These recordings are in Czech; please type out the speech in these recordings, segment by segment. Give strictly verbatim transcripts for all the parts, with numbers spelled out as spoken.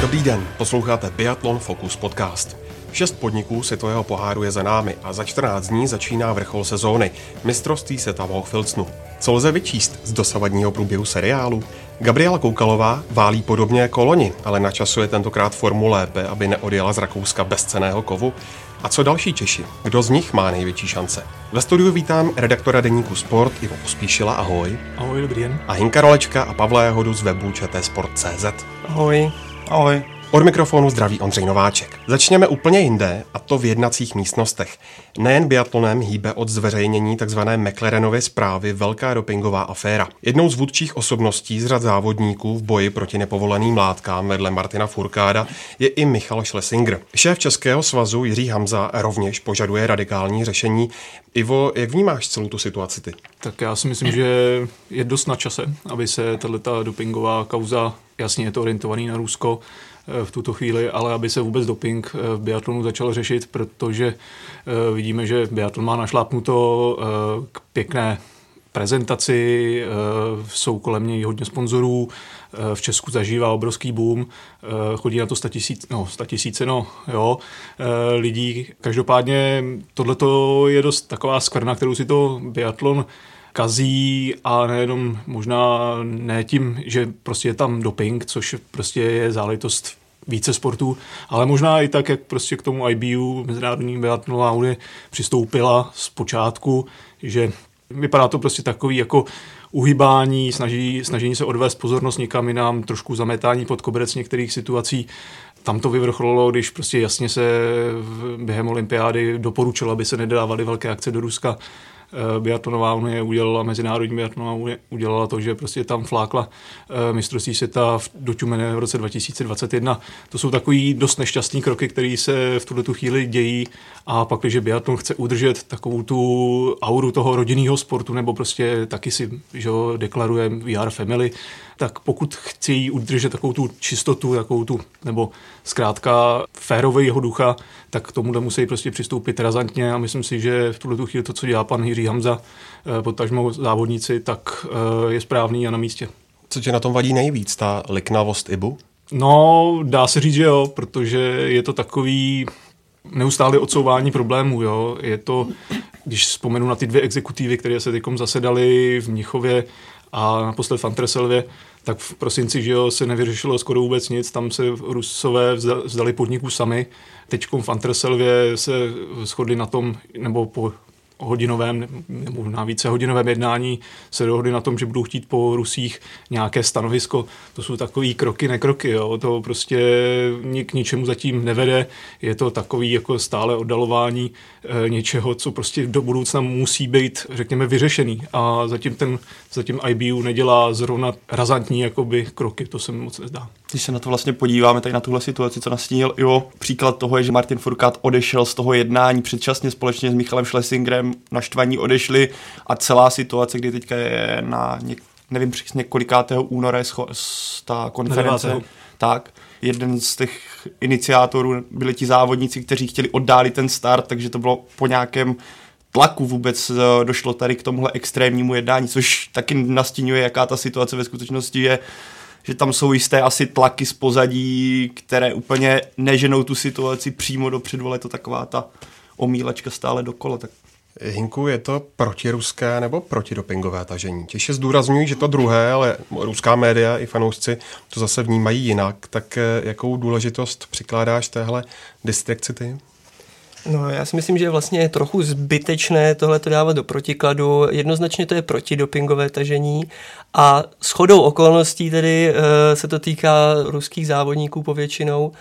Dobrý den, posloucháte Biathlon Focus podcast. Šest podniků světového poháru je za námi a za čtrnáct dní začíná vrchol sezóny, mistrovství světa v Hochfilzenu. Co lze vyčíst z dosavadního průběhu seriálu? Gabriela Koukalová válí podobně jako loni, ale načasuje tentokrát formu lépe, aby neodjela z Rakouska bez cenného kovu. A co další Češi? Kdo z nich má největší šance? Ve studiu vítám redaktora deníku Sport Ivo Pospíšila, ahoj. Ahoj, dobrý den. A Hinka Rolečka a Pavla Jahodu z webu č t sport tečka cé zet. Ahoj. Ahoj. Od mikrofonu zdraví Ondřej Nováček. Začněme úplně jinde, a to v jednacích místnostech. Nejen biatlonem hýbe od zveřejnění tzv. McLarenovy zprávy velká dopingová aféra. Jednou z vůdčích osobností z řad závodníků v boji proti nepovoleným látkám vedle Martina Fourcada je i Michal Schlesinger. Šéf Českého svazu Jiří Hamza rovněž požaduje radikální řešení. Ivo, jak vnímáš celou tu situaci ty? Tak já si myslím, že je dost na čase, aby se tato dopingová kauza, jasně je to orientovaný na Rusko v tuto chvíli, ale aby se vůbec doping v biatlonu začal řešit, protože vidíme, že biatlon má našlápnuto k pěkné prezentaci, jsou kolem něj hodně sponzorů, v Česku zažívá obrovský boom, chodí na to statisíce, no, statisíce, no, jo, lidí. Každopádně tohleto je dost taková skvrna, kterou si to biatlon kazí, a nejenom možná ne tím, že prostě je tam doping, což prostě je záležitost více sportů, ale možná i tak, jak prostě k tomu I B U, Mezinárodní biatlonová unie, přistoupila z počátku, že vypadá to prostě takový jako uhybání, snaží, snažení se odvést pozornost někam jinam, trošku zametání pod koberec některých situací. Tam to vyvrcholilo, když prostě jasně se během olympiády doporučilo, aby se nedávaly velké akce do Ruska. Biatlonová unie udělala, Mezinárodní biatlonová unie udělala to, že prostě tam flákla mistrovství světa do Ťumene v roce dva tisíce dvacet jedna. To jsou takový dost nešťastný kroky, které se v tuto chvíli dějí, a pak, když biatlon chce udržet takovou tu auru toho rodinného sportu, nebo prostě taky si, že ho, deklaruje We are family, tak pokud chtějí udržet takovou tu čistotu, takovou tu, nebo zkrátka férového ducha, tak k tomuhle musí prostě přistoupit razantně, a myslím si, že v tuto chvíli to, co dělá pan Jiří Hamza, potažmo závodníci, tak je správný a na místě. Co tě na tom vadí nejvíc, ta liknavost I B U? No, dá se říct, že jo, protože je to takový neustále odsouvání problémů, jo. Je to, když vzpomenu na ty dvě exekutivy, které se teďkom zasedaly v Mnichově a naposled v Antwerpě, tak v prosinci, že jo, se nevyřešilo skoro vůbec nic, tam se Rusové vzdali podniku sami. Teďkom v Antwerpě se shodli na tom, nebo po hodinovém nebo na více hodinovém jednání se dohodli na tom, že budou chtít po Rusích nějaké stanovisko. To jsou takový kroky, nekroky, jo. To prostě k ničemu zatím nevede. Je to takový jako stále oddalování e, něčeho, co prostě do budoucna musí být, řekněme, vyřešený. A zatím ten zatím I B U nedělá zrovna razantní jakoby kroky, to se mi moc nezdá. Když se na to vlastně podíváme tady na tuhle situaci, co nastínil Ivo, příklad toho je, že Martin Fourcade odešel z toho jednání předčasně společně s Michalem Schlesingerem, naštvaní odešli, a celá situace, kdy teďka je na, něk, nevím přesně kolikátého února je scho- ta konference, tak jeden z těch iniciátorů byli ti závodníci, kteří chtěli oddálit ten start, takže to bylo po nějakém tlaku vůbec došlo tady k tomuhle extrémnímu jednání, což taky nastínuje, jaká ta situace ve skutečnosti je, že tam jsou jisté asi tlaky z pozadí, které úplně neženou tu situaci přímo dopředu, ale je to taková ta omílačka stále dokola. Tak. Hinku, je to protiruské nebo protidopingové tažení? Těžce zdůrazňují, že to druhé, ale ruská média i fanoušci to zase vnímají jinak. Tak jakou důležitost přikládáš téhle distrikci ty? No, já si myslím, že je vlastně trochu zbytečné tohle to dávat do protikladu. Jednoznačně to je protidopingové tažení, a shodou okolností tedy e, se to týká ruských závodníků povětšinou.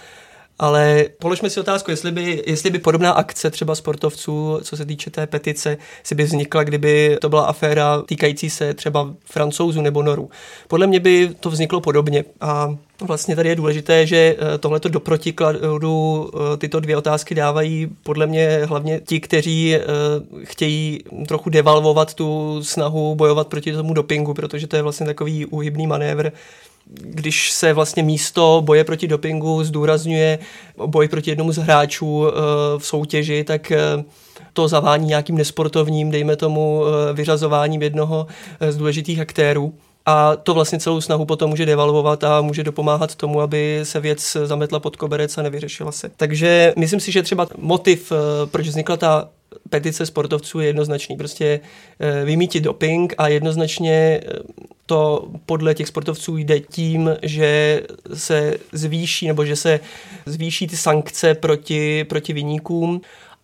Ale položme si otázku, jestli by, jestli by podobná akce třeba sportovců, co se týče té petice, si by vznikla, kdyby to byla aféra týkající se třeba Francouzů nebo Norů. Podle mě by to vzniklo podobně, a vlastně tady je důležité, že tohleto do protikladu tyto dvě otázky dávají podle mě hlavně ti, kteří chtějí trochu devalvovat tu snahu bojovat proti tomu dopingu, protože to je vlastně takový úhybný manévr, když se vlastně místo boje proti dopingu zdůrazňuje boj proti jednomu z hráčů v soutěži, tak to zavání nějakým nesportovním, dejme tomu, vyřazováním jednoho z důležitých aktérů. a to vlastně celou snahu potom může devalvovat a může dopomáhat tomu, aby se věc zametla pod koberec a nevyřešila se. Takže myslím si, že třeba motiv, proč vznikla ta petice sportovců, je jednoznačný. Prostě vymýtit doping a jednoznačně to podle těch sportovců jde tím, že se zvýší nebo že se zvýší ty sankce proti, proti viníkům.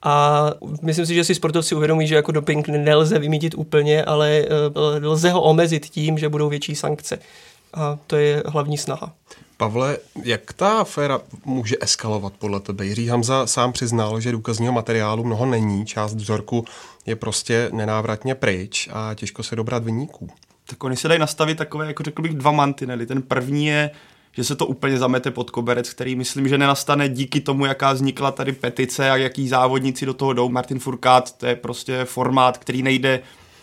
A myslím si, že si sportovci uvědomí, že jako doping nelze vymýtit úplně, ale lze ho omezit tím, že budou větší sankce. A to je hlavní snaha. Pavle, jak ta aféra může eskalovat podle tebe? Jiří Hamza sám přiznal, že důkazního materiálu mnoho není, část vzorku je prostě nenávratně pryč a těžko se dobrat viníků. Tak oni se dají nastavit takové, jako řekl bych, dva mantinely. Ten první je, že se to úplně zamete pod koberec, který myslím, že nenastane díky tomu, jaká vznikla tady petice a jaký závodníci do toho jdou. Martin Fourcade, to je prostě formát, který nejde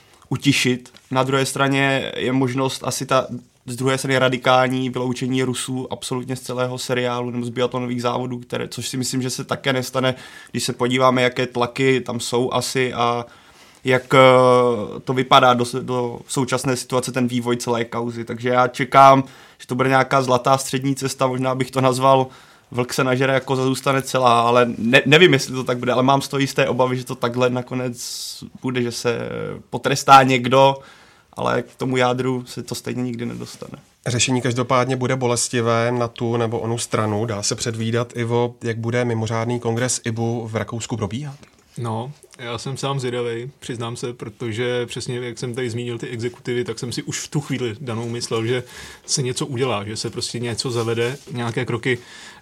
utišit. Na druhé straně je možnost asi ta z druhé strany radikální vyloučení Rusů absolutně z celého seriálu nebo z biatlonových závodů, které, což si myslím, že se také nestane, když se podíváme, jaké tlaky tam jsou asi a jak to vypadá do, do současné situace, ten vývoj celé kauzy. Takže já čekám, že to bude nějaká zlatá střední cesta, možná bych to nazval vlk se nažere, jako zůstane celá, ale ne, nevím, jestli to tak bude, ale mám z toho jisté obavy, že to takhle nakonec bude, že se potrestá někdo, ale k tomu jádru se to stejně nikdy nedostane. Řešení každopádně bude bolestivé na tu nebo onu stranu. Dá se předvídat, Ivo, jak bude mimořádný kongres I B U v Rakousku probíhat? No, já jsem sám zvědavej, přiznám se, protože přesně jak jsem tady zmínil ty exekutivy, tak jsem si už v tu chvíli danou myslel, že se něco udělá, že se prostě něco zavede, nějaké kroky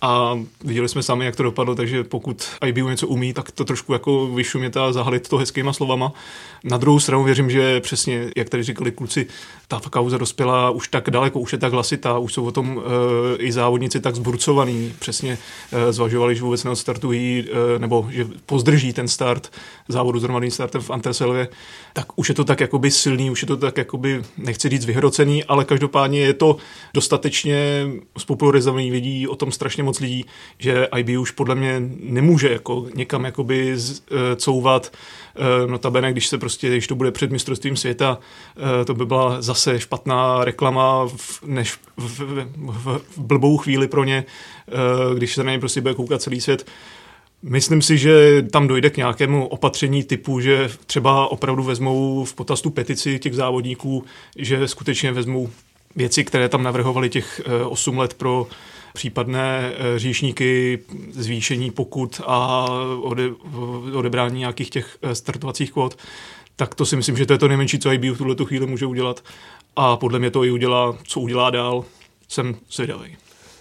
a viděli jsme sami, jak to dopadlo, takže pokud I B U něco umí, tak to trošku jako vyšumět a zahalit to hezkýma slovama. Na druhou stranu věřím, že přesně, jak tady říkali kluci, ta kauza dospěla už tak daleko, už je tak hlasitá, už jsou o tom e, i závodníci tak zburcovaný, přesně e, zvažovali, že vůbec neodstartují, e, nebo že pozdrží ten start závodu s hromadným startem v Anterselvě, tak už je to tak jakoby silný, už je to tak jakoby, nechci říct vyhrocený, ale každopádně je to dostatečně spopularizovaný, vidí o tom strašně moc lidí, že I B U už podle mě nemůže jako někam jakoby z, e, couvat. E, notabene, když se prostě, když to bude před mistrovstvím světa, e, to by byla zase špatná reklama v, než v, v, v, v blbou chvíli pro ně, e, když se na ně prostě bude koukat celý svět. Myslím si, že tam dojde k nějakému opatření typu, že třeba opravdu vezmou v potaz tu petici těch závodníků, že skutečně vezmou věci, které tam navrhovali těch osm let pro případné říšníky, zvýšení pokut a ode, odebrání nějakých těch startovacích kvót, tak to si myslím, že to je to nejmenší, co I B U v tuhletu chvíli může udělat. A podle mě to i udělá, co udělá dál, jsem zvědavý.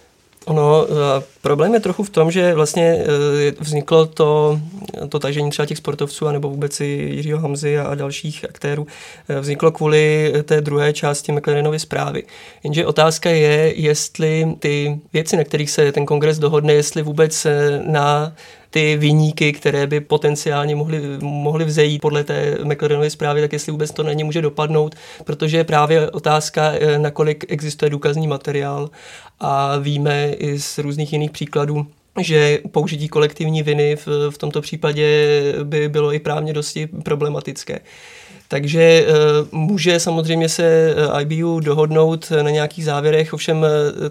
Ono, problém je trochu v tom, že vlastně vzniklo to, to tažení třeba těch sportovců, anebo vůbec i Jiřího Hamzy a dalších aktérů, vzniklo kvůli té druhé části McLarenovy zprávy. Jenže otázka je, jestli ty věci, na kterých se ten kongres dohodne, jestli vůbec na ty viníky, které by potenciálně mohly, mohly vzejít podle té McLarenovy zprávy, tak jestli vůbec to na ně může dopadnout, protože je právě otázka, nakolik existuje důkazní materiál a víme i z různých jiných příkladů, že použití kolektivní viny v, v tomto případě by bylo i právně dosti problematické. Takže může samozřejmě se I B U dohodnout na nějakých závěrech, ovšem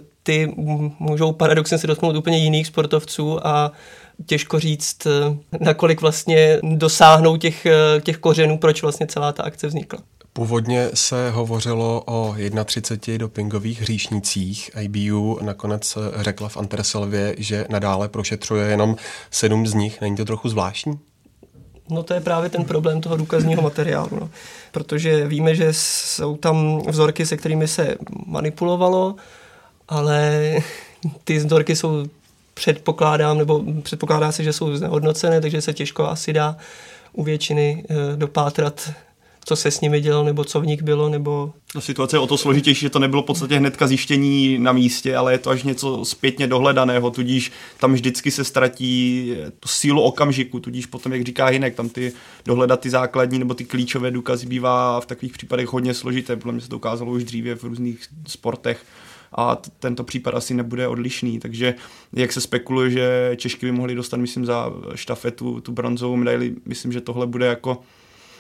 ty můžou paradoxně se dotknout úplně jiných sportovců a těžko říct, nakolik vlastně dosáhnou těch, těch kořenů, proč vlastně celá ta akce vznikla. Původně se hovořilo o třiceti jedné dopingových hříšnících. I B U nakonec řekla v Anterselvě, že nadále prošetřuje jenom sedm z nich. Není to trochu zvláštní? No to je právě ten problém toho důkazního materiálu, no. Protože víme, že jsou tam vzorky, se kterými se manipulovalo, ale ty vzorky jsou předpokládám, nebo předpokládá se, že jsou znehodnocené, takže se těžko asi dá u většiny e, dopátrat, co se s nimi dělalo, nebo co v nich bylo, nebo... Ta situace je o to složitější, že to nebylo v podstatě hnedka zjištění na místě, ale je to až něco zpětně dohledaného, tudíž tam vždycky se ztratí tu sílu okamžiku, tudíž potom, jak říká Hynek, tam ty dohledat ty základní nebo ty klíčové důkazy bývá v takových případech hodně složité, podle mě se to ukázalo už dříve v různých sportech. A t- tento případ asi nebude odlišný, takže jak se spekuluje, že Češky by mohli dostat, myslím, za štafetu tu bronzovou medaili, myslím, že tohle bude jako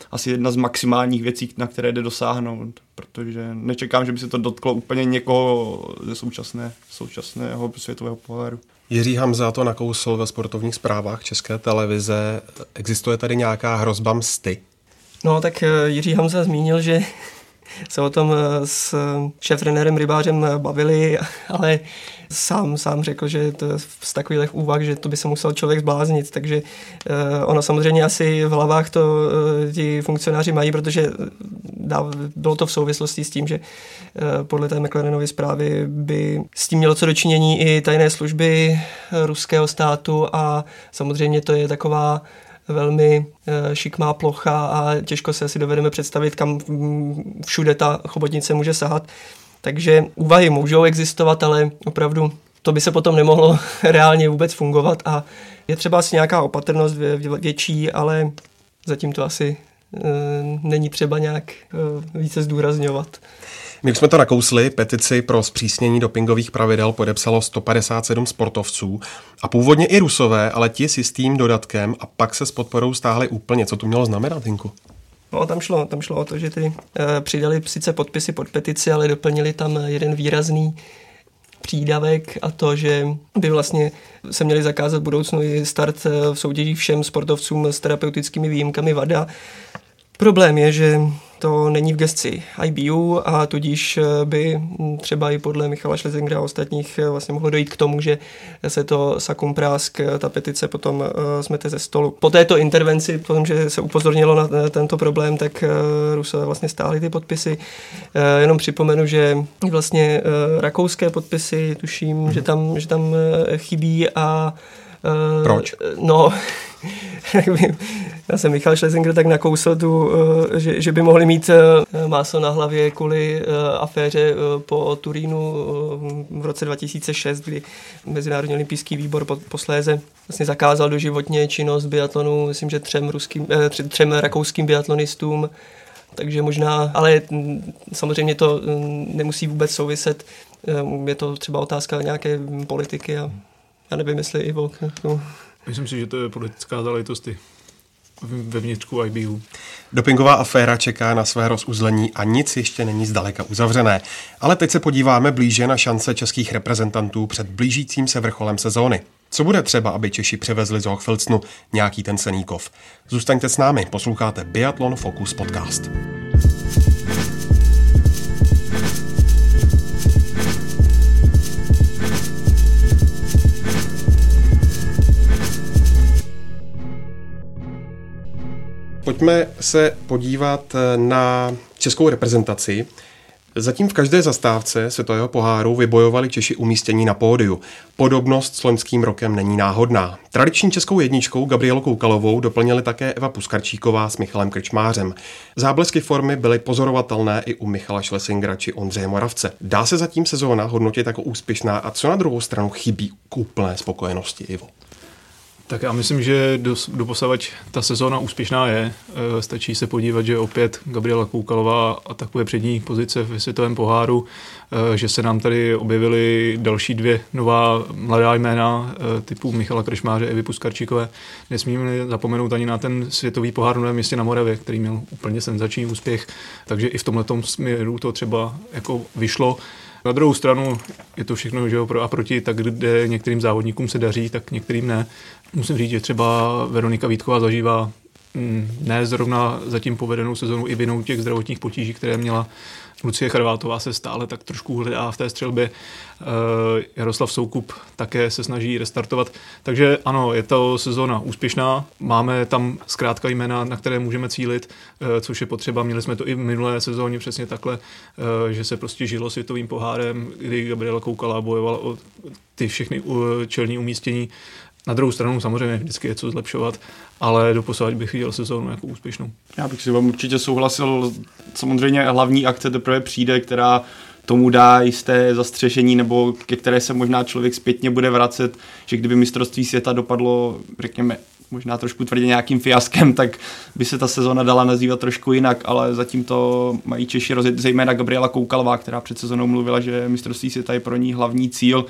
asi jedna z maximálních věcí, na které jde dosáhnout, protože nečekám, že by se to dotklo úplně někoho ze současné, současného světového poháru. Jiří Hamza to nakousl ve sportovních zprávách České televize. Existuje tady nějaká hrozba msty? No tak Jiří Hamza zmínil, že se o tom s šéfrenérem Rybářem bavili, ale sám, sám řekl, že to z takových úvah, že to by se musel člověk zbláznit, takže uh, ono samozřejmě asi v hlavách to uh, ti funkcionáři mají, protože dá, bylo to v souvislosti s tím, že uh, podle té McLarenovy zprávy by s tím mělo co dočinění i tajné služby ruského státu a samozřejmě to je taková velmi šikmá plocha a těžko se asi dovedeme představit, kam všude ta chobotnice může sahat. Takže úvahy můžou existovat, ale opravdu to by se potom nemohlo reálně vůbec fungovat a je třeba asi nějaká opatrnost větší, ale zatím to asi není třeba nějak více zdůrazňovat. My jsme to nakousli, petici pro zpřísnění dopingových pravidel podepsalo sto padesát sedm sportovců a původně i Rusové, ale ti s jistým dodatkem a pak se s podporou stáhli úplně. Co to mělo znamenat, Hinku? No, tam šlo, tam šlo o to, že ty e, přidali sice podpisy pod petici, ale doplnili tam jeden výrazný přídavek a to, že by vlastně se měli zakázat v budoucnu i start v soutěžích všem sportovcům s terapeutickými výjimkami vada. Problém je, že to není v gesci I B U a tudíž by třeba i podle Michala Schlesingera a ostatních vlastně mohlo dojít k tomu, že se to sakum prásk, ta petice potom smete ze stolu. Po této intervenci, potom, že se upozornilo na tento problém, tak Rusové vlastně stáhli ty podpisy. Jenom připomenu, že vlastně rakouské podpisy, tuším, že tam, že tam chybí a proč? No, já jsem Michal Schlesinger tak nakousl tu, že, že by mohli mít máslo na hlavě kvůli aféře po Turínu v roce dva tisíce šest, kdy Mezinárodní olympijský výbor posléze vlastně zakázal doživotně činnost biatlonu, myslím, že třem, ruským, třem rakouským biatlonistům, takže možná, ale samozřejmě to nemusí vůbec souviset, je to třeba otázka nějaké politiky a já nevím, jestli i Volk. No. Myslím si, že to je politická záležitost ve vnitřku I B U. Dopingová aféra čeká na své rozuzlení a nic ještě není zdaleka uzavřené. Ale teď se podíváme blíže na šance českých reprezentantů před blížícím se vrcholem sezóny. Co bude třeba, aby Češi převezli z Hochfilzenu nějaký ten Seníkov? Zůstaňte s námi, posloucháte Biathlon Focus podcast. Pojďme se podívat na českou reprezentaci. Zatím v každé zastávce světového poháru vybojovali Češi umístění na pódiu. Podobnost s loňským rokem není náhodná. Tradiční českou jedničkou Gabrielou Koukalovou doplnili také Eva Puskarčíková s Michalem Krčmářem. Záblesky formy byly pozorovatelné i u Michala Schlesingera či Ondřeje Moravce. Dá se zatím sezóna hodnotit jako úspěšná a co na druhou stranu chybí k úplné spokojenosti, Ivo? Tak já myslím, že doposavač ta sezóna úspěšná je. Stačí se podívat, že opět Gabriela Koukalová atakuje přední pozice v světovém poháru, že se nám tady objevily další dvě nová mladá jména typu Michala Krčmáře, Evy Puskarčíkové. Nesmíme zapomenout ani na ten světový pohár v Novém Městě na Moravě, který měl úplně senzační úspěch, takže i v tomhletom směru to třeba jako vyšlo. Na druhou stranu je to všechno, že jo, pro a proti, tak kde některým závodníkům se daří, tak některým ne. Musím říct, že třeba Veronika Vítková zažívá mm, ne zrovna zatím povedenou sezonu i vinou těch zdravotních potíží, které měla. Lucie Charvátová se stále tak trošku hledá v té střelbě. E, Jaroslav Soukup také se snaží restartovat. Takže ano, je to sezóna úspěšná. Máme tam zkrátka jména, na které můžeme cílit, e, což je potřeba. Měli jsme to i v minulé sezóně přesně takhle, e, že se prostě žilo světovým pohárem, kdy Gabriela Koukala bojovala o ty všechny čelní umístění. Na druhou stranu samozřejmě vždycky je co zlepšovat, ale doposud bych viděl sezónu jako úspěšnou. Já bych si vám určitě souhlasil. Samozřejmě hlavní akce teprve přijde, která tomu dá jisté zastřešení, nebo ke které se možná člověk zpětně bude vracet, že kdyby mistrovství světa dopadlo, řekněme, možná trošku tvrdě nějakým fiaskem, tak by se ta sezona dala nazývat trošku jinak, ale zatím to mají Češi rozjet, zejména Gabriela Koukalová, která před sezónou mluvila, že mistrovství světa je pro ní hlavní cíl.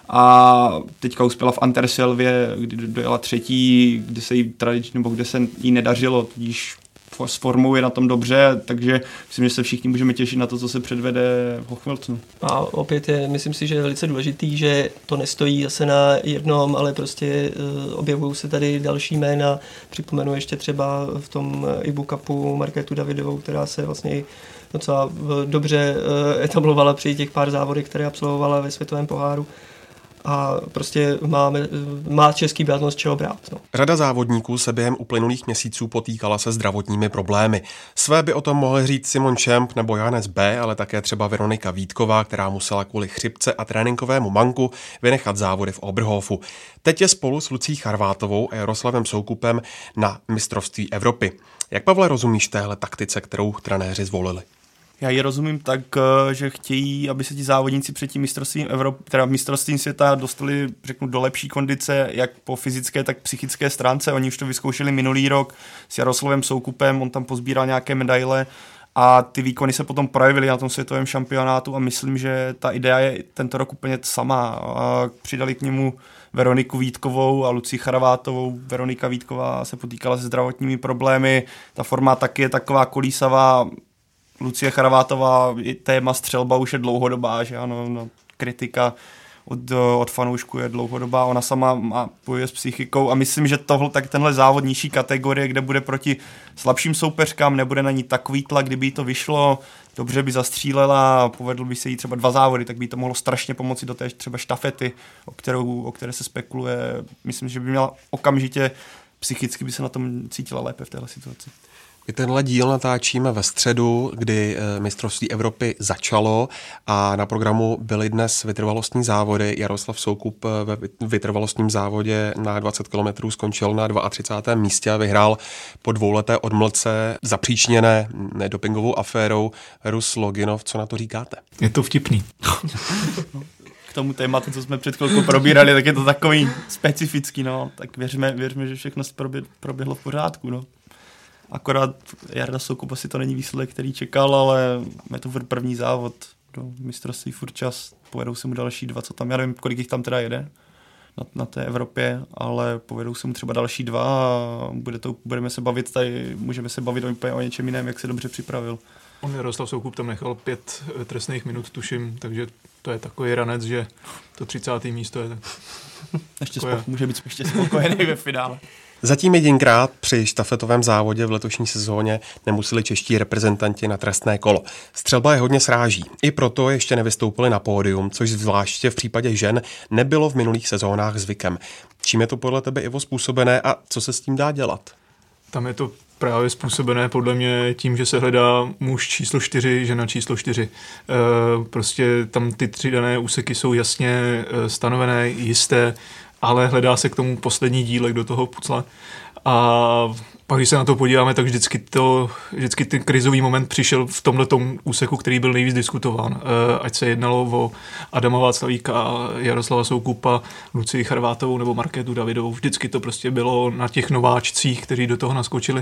A teďka uspěla v Anterselvě, kdy dojela třetí, kde se jí tradičně, nebo kde se jí nedařilo, tudíž s formou je na tom dobře, takže myslím, že se všichni můžeme těšit na to, co se předvede v Hochfilzenu. A opět je, myslím si, že je velice důležitý, že to nestojí zase na jednom, ale prostě uh, objevují se tady další jména. Připomenu ještě třeba v tom Ibu Cupu Markétu Davidovou, která se vlastně docela dobře uh, etablovala při těch pár závodech, které absolvovala ve světovém poháru. A prostě máme, má český biatlon z čeho brát. No. Řada závodníků se během uplynulých měsíců potýkala se zdravotními problémy. Své by o tom mohl říct Simon Čemp nebo Johannes B., ale také třeba Veronika Vítková, která musela kvůli chřipce a tréninkovému manku vynechat závody v Oberhofu. Teď je spolu s Lucí Charvátovou a Jaroslavem Soukupem na mistrovství Evropy. Jak, Pavle, rozumíš téhle taktice, kterou trenéři zvolili? Já ji rozumím tak, že chtějí, aby se ti závodníci před tím mistrovstvím Evropy, teda mistrovstvím světa dostali, řeknu, do lepší kondice, jak po fyzické, tak psychické stránce. Oni už to vyzkoušeli minulý rok s Jaroslavem Soukupem, on tam pozbíral nějaké medaile a ty výkony se potom projevily na tom světovém šampionátu a myslím, že ta idea je tento rok úplně samá. A přidali k němu Veroniku Vítkovou a Lucii Charvátovou. Veronika Vítková se potýkala se zdravotními problémy, ta forma taky je taková kolísavá. Lucie Charvátová, téma střelba už je dlouhodobá, že ano, no, kritika od, od fanoušků je dlouhodobá, ona sama má, bojuje s psychikou a myslím, že tohle, tak tenhle závod nižší kategorie, kde bude proti slabším soupeřkám, nebude na ní takový tlak, kdyby jí to vyšlo, dobře by zastřílela a povedl by se jí třeba dva závody, tak by jí to mohlo strašně pomoci do té třeba štafety, o, kterou, o které se spekuluje. Myslím, že by měla okamžitě, psychicky by se na tom cítila lépe v téhle situaci. My tenhle díl natáčíme ve středu, kdy mistrovství Evropy začalo a na programu byly dnes vytrvalostní závody. Jaroslav Soukup ve vytrvalostním závodě na dvacet kilometrů skončil na třicátém druhém místě a vyhrál po dvouleté odmlce zapříčněné dopingovou aférou Rus Loginov. Co na to říkáte? Je to vtipný. K tomu tématu, co jsme před chvilkou probírali, tak je to takový specifický, no. Tak věřme, věřme, že všechno proběhlo v pořádku, no. Akorát Jarda Soukup asi to není výsledek, který čekal, ale je to první závod do mistrovství furt čas. Povedou se mu další dva, co tam, já nevím, kolik jich tam teda jede na, na té Evropě, ale povedou se mu třeba další dva a bude to, budeme se bavit tady, můžeme se bavit o, o něčem jiném, jak se dobře připravil. On Jaroslav Soukup tam nechal pět trestných minut, tuším, takže to je takový ranec, že to třicáté místo je tak... Ještě spoko, může být ještě spokojený ve finále. Zatím jedinkrát při štafetovém závodě v letošní sezóně nemuseli čeští reprezentanti na trestné kolo. Střelba je hodně sráží. I proto ještě nevystoupili na pódium, což zvláště v případě žen nebylo v minulých sezónách zvykem. Čím je to podle tebe, Ivo, způsobené a co se s tím dá dělat? Tam je to právě způsobené podle mě tím, že se hledá muž číslo čtyři, žena číslo čtyři. E, prostě tam ty tři dané úseky jsou jasně stanovené, jisté, ale hledá se k tomu poslední dílek do toho pucle. A pak, když se na to podíváme, tak vždycky, to, vždycky ten krizový moment přišel v tomhletom úseku, který byl nejvíc diskutován. Ať se jednalo o Adama Václavíka, Jaroslava Soukupa, Lucii Charvátovou nebo Markétu Davidovou. Vždycky to prostě bylo na těch nováčcích, kteří do toho naskočili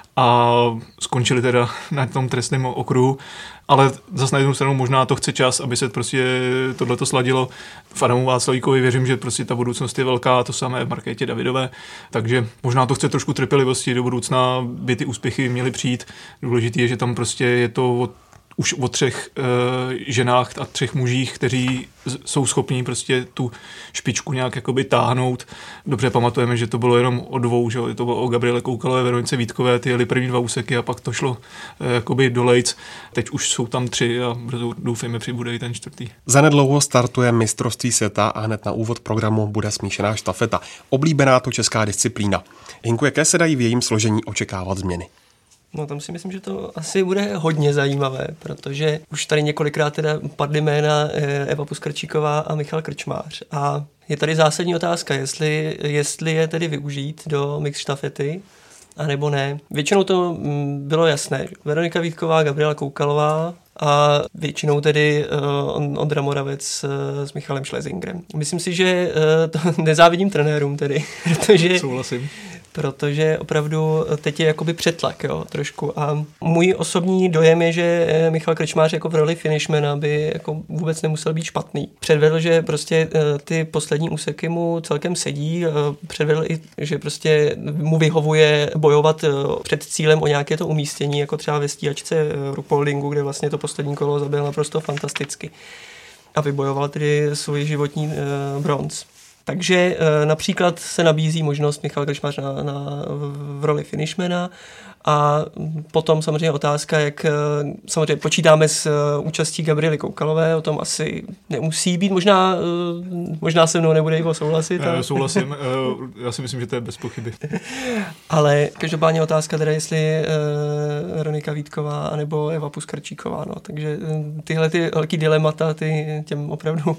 a skončili teda na tom trestném okruhu. Ale zase na jednu stranu možná to chce čas, aby se prostě tohleto sladilo. V Adamu Václavíkovi věřím, že prostě ta budoucnost je velká, to samé v Markétě Davidové, takže možná to chce trošku trpělivosti do budoucna, by ty úspěchy měly přijít. Důležité je, že tam prostě je to o, už o třech e, ženách a třech mužích, kteří z, jsou schopní prostě tu špičku nějak jakoby táhnout. Dobře pamatujeme, že to bylo jenom o dvou, že to bylo o Gabriele Koukalové, Veronice Vítkové, ty jeli první dva úseky a pak to šlo e, jakoby do lejc. Teď už jsou tam tři a doufejme přibude i ten čtvrtý. Zanedlouho startuje mistrovství světa a hned na úvod programu bude smíšená štafeta. Oblíbená to česká disciplína. Hinku, jaké se dají v jejím složení očekávat změny? No tam si myslím, že to asi bude hodně zajímavé, protože už tady několikrát teda padly jména Eva Puskarčíková a Michal Krčmář a je tady zásadní otázka, jestli, jestli je tedy využít do mix štafety, anebo ne. Většinou to bylo jasné. Veronika Vítková, Gabriela Koukalová a většinou tedy uh, Ondra Moravec uh, s Michalem Schlesingerem. Myslím si, že uh, to nezávidím trenérům tedy, protože souhlasím. protože opravdu teď je jakoby přetlak, jo, trošku. A můj osobní dojem je, že Michal Krčmář jako v roli finishmana by jako vůbec nemusel být špatný. Předvedl, že prostě ty poslední úseky mu celkem sedí, předvedl i, že prostě mu vyhovuje bojovat před cílem o nějaké to umístění, jako třeba ve stíhačce Rupoldingu, kde vlastně to poslední kolo zabil naprosto fantasticky. A vybojoval tedy svůj životní uh, bronz. Takže uh, například se nabízí možnost Michal Krčmář na, na, v roli finishmana a potom samozřejmě otázka, jak uh, samozřejmě počítáme s uh, účastí Gabriely Koukalové, o tom asi nemusí být, možná, uh, možná se mnou nebude Ivo souhlasit. Já souhlasím, uh, já si myslím, že to je bez pochyby. Ale každopádně otázka teda, jestli uh, Veronika Vítková anebo Eva Puskarčíková, no, takže uh, tyhle ty velký dilemata, ty těm opravdu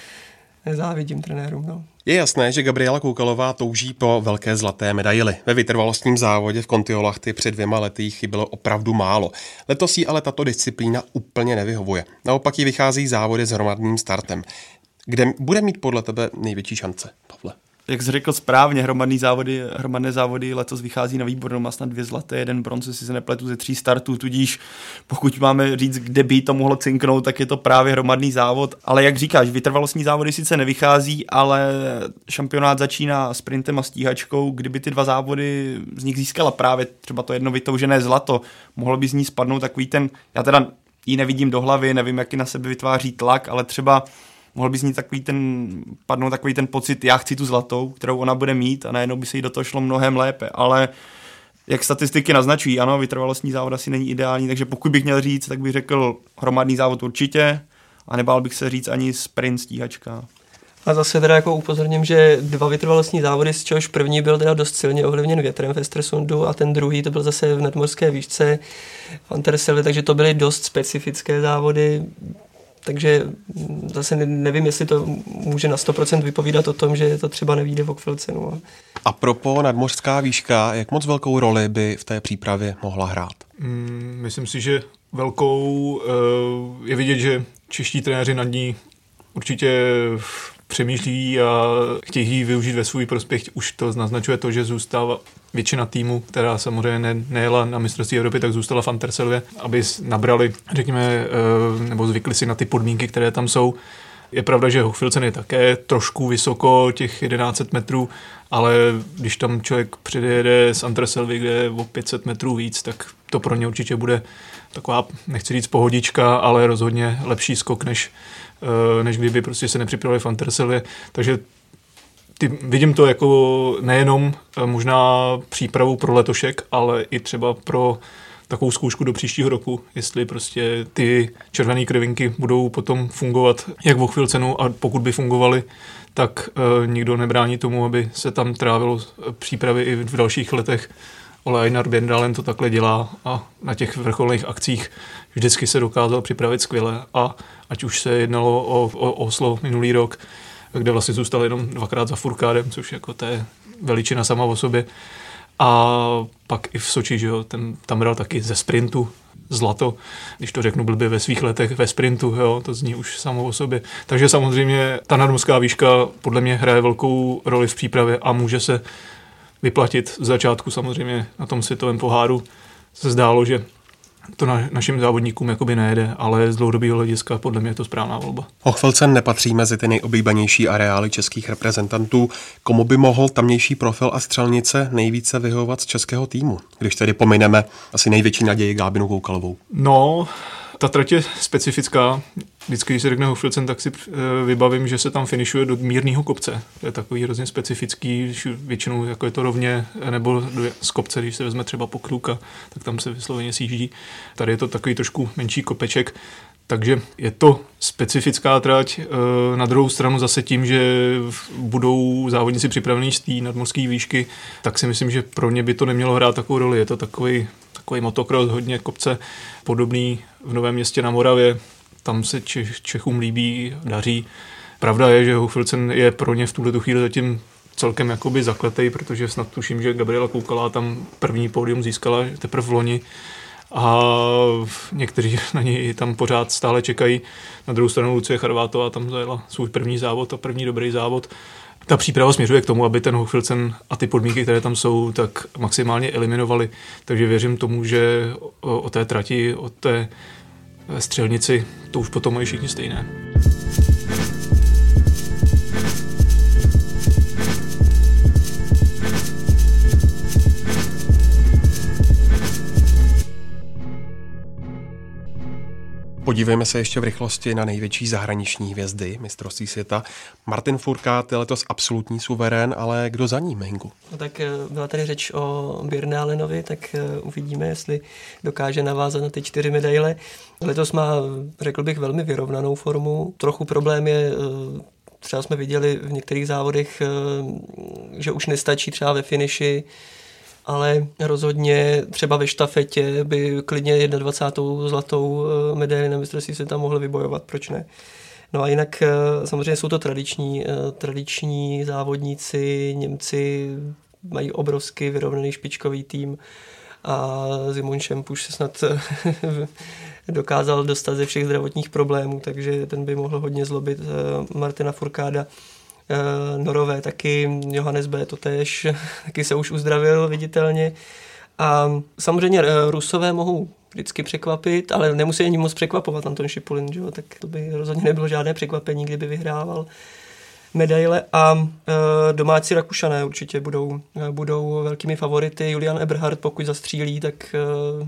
nezávidím trenérům, no. Je jasné, že Gabriela Koukalová touží po velké zlaté medaili. Ve vytrvalostním závodě v Kontiolahty před dvěma lety chybělo opravdu málo. Letos jí ale tato disciplína úplně nevyhovuje. Naopak jí vychází závody s hromadným startem. Kde bude mít podle tebe největší šance, Pavle? Jak jsi řekl správně, hromadné závody, hromadné závody letos vychází na výbor, má snad dvě zlaté, jeden bronz, si se nepletu, ze tří startů, tudíž pokud máme říct, kde by to mohlo cinknout, tak je to právě hromadný závod. Ale jak říkáš, vytrvalostní závody sice nevychází, ale šampionát začíná sprintem a stíhačkou, kdyby ty dva závody z nich získala právě třeba to jedno vytoužené zlato, mohlo by z ní spadnout takový ten, já teda ji nevidím do hlavy, nevím, jaký na sebe vytváří tlak, ale třeba mohl by z ní takový ten, padnout takový ten pocit, já chci tu zlatou, kterou ona bude mít a najednou by se jí do toho šlo mnohem lépe, ale jak statistiky naznačují, ano, vytrvalostní závod asi není ideální, takže pokud bych měl říct, tak bych řekl hromadný závod určitě a nebál bych se říct ani sprint stíhačka. A zase teda jako upozorním, že dva vytrvalostní závody, z čehož první byl teda dost silně ovlivněn větrem v Östersundu a ten druhý to byl zase v nadmořské výšce v Anterselvi, takže to byly dost specifické závody. Takže zase nevím, jestli to může na sto procent vypovídat o tom, že to třeba nevyjde v Oxfeldenu. A propo nadmořská výška, jak moc velkou roli by v té přípravě mohla hrát? Mm, myslím si, že velkou je vidět, že čeští trenéři nad ní určitě přemýšlí a chtějí ji využít ve svůj prospěch. Už to naznačuje to, že zůstává většina týmu, která samozřejmě ne, nejela na mistrovství Evropy, tak zůstala v Anterselvě, aby nabrali, řekněme, nebo zvykli si na ty podmínky, které tam jsou. Je pravda, že Hochfilzen je také trošku vysoko, těch jedenáct set metrů, ale když tam člověk přijede z Anterselvy, kde je o pět set metrů víc, tak to pro ně určitě bude taková, nechci říct pohodička, ale rozhodně lepší skok, než, než kdyby prostě se nepřipravili v Anterselvě. Takže ty, vidím to jako nejenom možná přípravu pro letošek, ale i třeba pro takovou zkoušku do příštího roku, jestli prostě ty červené krvinky budou potom fungovat jak v Hochfilzenu a pokud by fungovaly, tak uh, nikdo nebrání tomu, aby se tam trávilo přípravy i v dalších letech. Ole Einar Bjørndalen to takhle dělá a na těch vrcholných akcích vždycky se dokázal připravit skvěle a ať už se jednalo o, o Oslo minulý rok, kde vlastně zůstal jenom dvakrát za Furkádem, což jako to je veličina sama o sobě. A pak i v Soči, že jo, ten tam bral taky ze sprintu zlato, když to řeknu blbě ve svých letech ve sprintu, jo, to zní už samo o sobě. Takže samozřejmě ta nadmořská výška podle mě hraje velkou roli v přípravě a může se vyplatit z začátku samozřejmě na tom světovém poháru. Se zdálo, že to na, našim závodníkům jakoby nejede, ale z dlouhodobého hlediska podle mě je to správná volba. Hochfilzen nepatří mezi ty nejoblíbenější areály českých reprezentantů. Komu by mohl tamnější profil a střelnice nejvíce vyhovovat z českého týmu? Když tedy pomineme asi největší naději Gábinu Koukalovou. No, ta trať je specifická. Vždycky, když se řekne Hochfilzen, tak si vybavím, že se tam finišuje do mírného kopce. To je takový hrozně specifický, většinou jako je to rovně, nebo z kopce, když se vezme třeba Pokrůka, tak tam se vysloveně sjíždí. Tady je to takový trošku menší kopeček, takže je to specifická trať. Na druhou stranu zase tím, že budou závodníci připravení z té nadmořské výšky, tak si myslím, že pro ně by to nemělo hrát takovou roli. Je to takový, takový motocross, hodně kopce, podobný v Novém Městě na Moravě. Tam se Čech, Čechům líbí, daří. Pravda je, že Hochfilzen je pro ně v tuhle chvíli zatím celkem jakoby zakletej, protože snad tuším, že Gabriela Koukalá tam první pódium získala teprve v loni a někteří na něj tam pořád stále čekají. Na druhou stranu Lucie Charvátová tam zajela svůj první závod a první dobrý závod. ta příprava směřuje k tomu, aby ten Hochfilzen a ty podmínky, které tam jsou, tak maximálně eliminovali. Takže věřím tomu, že o, o té trati, o té střelnici, to už potom mají všichni stejné. Podívejme se ještě v rychlosti na největší zahraniční hvězdy mistrovství světa. Martin Fourcade je letos absolutní suverén, ale kdo za ním, Hingu? No tak byla tady řeč o Björne Allenovi, tak uvidíme, jestli dokáže navázat na ty čtyři medaile. Letos má, řekl bych, velmi vyrovnanou formu. Trochu problém je, třeba jsme viděli v některých závodech, že už nestačí třeba ve finiši, ale rozhodně třeba ve štafetě by klidně dvacátou první zlatou medaili na mistrovství světa mohl vybojovat, proč ne? No a jinak samozřejmě jsou to tradiční, tradiční závodníci, Němci mají obrovský vyrovnaný špičkový tým a Simon Schemp už se snad dokázal dostat ze všech zdravotních problémů, takže ten by mohl hodně zlobit Martina Fourcada. Norové taky, Johannes B. totéž, taky se už uzdravil viditelně. A samozřejmě Rusové mohou vždycky překvapit, ale nemusí ani moc překvapovat Anton Šipulin, že jo? Tak to by rozhodně nebylo žádné překvapení, kdyby vyhrával medaile. A e, domácí Rakušané určitě budou, budou velkými favority. Julian Eberhard, pokud zastřílí, tak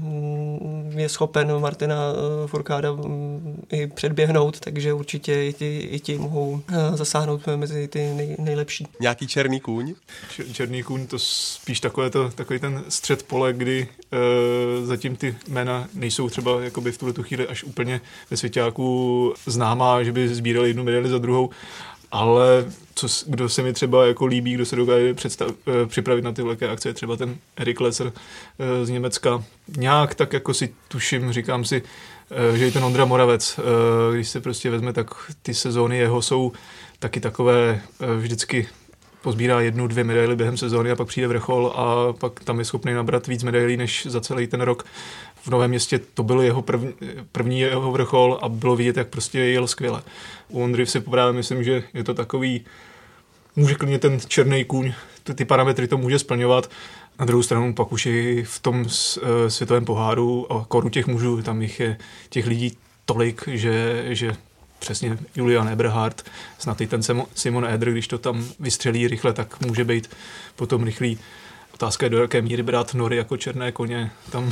e, je schopen Martina Fourcada i předběhnout, takže určitě i ti, i ti mohou e, zasáhnout mezi ty nej, nejlepší. Nějaký černý kůň? Černý kůň, to spíš takové to, takový ten střed pole, kdy e, zatím ty jména nejsou třeba jakoby v tuhle chvíli až úplně ve svěťáku známá, že by sbírali jednu medaili za druhou. Ale co, kdo se mi třeba jako líbí, kdo se dokáže představ, připravit na ty velké akce, třeba ten Erik Lesser z Německa. Nějak tak jako si tuším, říkám si, že i ten Ondra Moravec, když se prostě vezme, tak ty sezóny jeho jsou taky takové, vždycky pozbírá jednu, dvě medaily během sezóny a pak přijde vrchol a pak tam je schopný nabrat víc medailí než za celý ten rok. V Novém Městě to byl jeho první, první jeho vrchol a bylo vidět, jak prostě jel skvěle. U Ondry si právě myslím, že je to takový, může klidně ten černý kůň, ty, ty parametry to může splňovat. Na druhou stranu pak už i v tom světovém poháru a koru těch mužů, tam jich je těch lidí tolik, že, že přesně Julian Eberhard, snad i ten Simon Eder, když to tam vystřelí rychle, tak může být potom rychlý. Otázka je, do jaké míry brát nory jako černé koně. Tam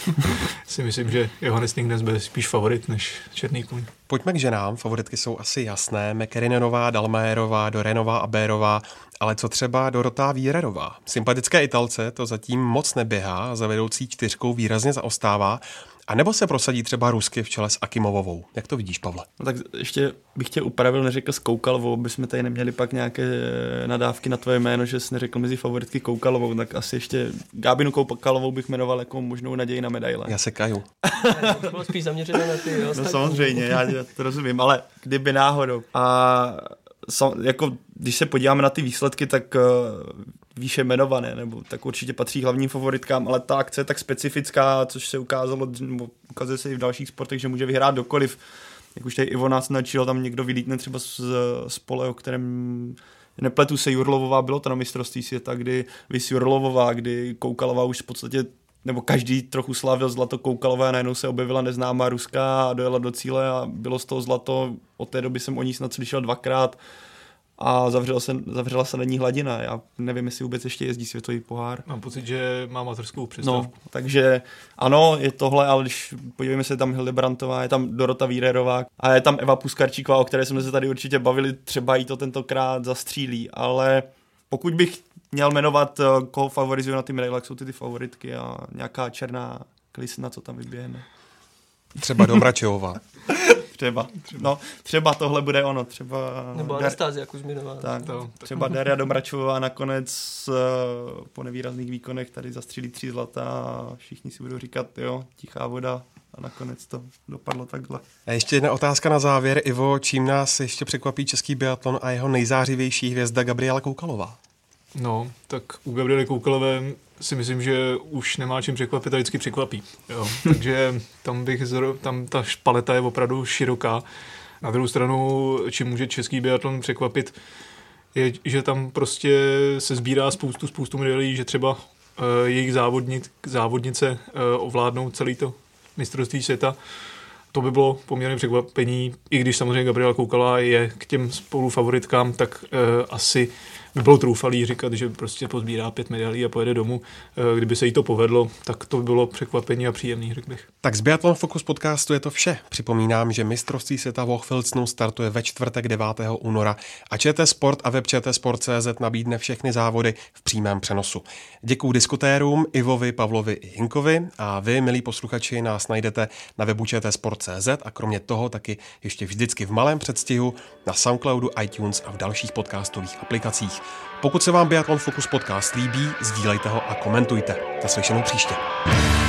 si myslím, že Johannes Tingnes bude spíš favorit než černý kůň. Pojďme k ženám. Favoritky jsou asi jasné. McKinnonová, Dalmayerová, Dorenová a Bérová. Ale co třeba Dorota Vírerová? Sympatické Italce to zatím moc neběhá, za vedoucí čtyřkou výrazně zaostává. A nebo se prosadí třeba Rusky v čele s Akimovovou? Jak to vidíš, Pavle? No tak ještě bych tě upravil, neřekl s Koukalovou, aby jsme tady neměli pak nějaké nadávky na tvoje jméno, že jsi neřekl mezi favoritky Koukalovou, tak asi ještě Gábinu Koukalovou bych jmenoval jako možnou naději na medaile. Já se kaju. To bylo spíš zaměřené na ty ostatní. No samozřejmě, já to rozumím, ale kdyby náhodou. A jako, když se podíváme na ty výsledky, tak výše jmenované, nebo tak určitě patří hlavním favoritkám, ale ta akce je tak specifická, což se ukázalo, nebo ukazuje se i v dalších sportech, že může vyhrát dokoliv. Jak už tady Ivo nás načil, tam někdo vylítne třeba z, z pole, o kterém nepletu se Jurlovová, bylo to na mistrovství světa, kdy vys Jurlovová, kdy Koukalová už v podstatě, nebo každý trochu slavil zlato Koukalové a najednou se objevila neznámá Ruská a dojela do cíle a bylo z toho zlato. Od té doby jsem o ní snad slyšel dvakrát a zavřela se, zavřela se na ní hladina. Já nevím, jestli vůbec ještě jezdí světový pohár. Mám pocit, že má mateřskou přestávku. No, takže ano, je tohle, ale když podívejme se, je tam Hildebrantová, je tam Dorota Vírerová a je tam Eva Puskarčíková, o které jsme se tady určitě bavili, třeba jí to tentokrát zastřílí, ale pokud bych měl jmenovat, koho favorizuju na ty medaile, jak jsou ty, ty favoritky a nějaká černá klisna, co tam vyběhne. Třeba Domračevová. Třeba. No, třeba tohle bude ono. Třeba Nebo Anastázia Kuzminová. Tak, to, třeba Daria Domračová nakonec po nevýrazných výkonech tady zastřílí tři zlata a všichni si budou říkat, jo, tichá voda a nakonec to dopadlo takhle. A ještě jedna otázka na závěr. Ivo, čím nás ještě překvapí český biatlon a jeho nejzářivější hvězda Gabriela Koukalová? No, tak u Gabriely Koukalové si myslím, že už nemá čím překvapit a vždycky překvapí. Jo. Takže tam, bych, tam ta paleta je opravdu široká. Na druhou stranu, čím může český biatlon překvapit, je, že tam prostě se sbírá spoustu, spoustu medailí, že třeba uh, jejich závodnic, závodnice uh, ovládnou celý to mistrovství světa. To by bylo poměrně překvapení, i když samozřejmě Gabriela Koukala je k těm spolufavoritkám, tak uh, asi by bylo troufalý říkat, že prostě pozbírá pět medailí a pojede domů. Kdyby se jí to povedlo, tak to by bylo překvapení a příjemný, řekl bych. Tak z Biathlon Focus podcastu je to vše. Připomínám, že mistrovství světa v Hochfilzenu startuje ve čtvrtek devátého února a ČT Sport a web čtsport tečka cé zet nabídne všechny závody v přímém přenosu. Děkuju diskutérům Ivovi, Pavlovi i Hinkovi a vy, milí posluchači, nás najdete na webu čtsport tečka cé zet a kromě toho taky ještě vždycky v malém předstihu na Soundcloudu, iTunes a v dalších podcastových aplikacích. Pokud se vám Biathlon Focus podcast líbí, sdílejte ho a komentujte. Naslyšenou příště.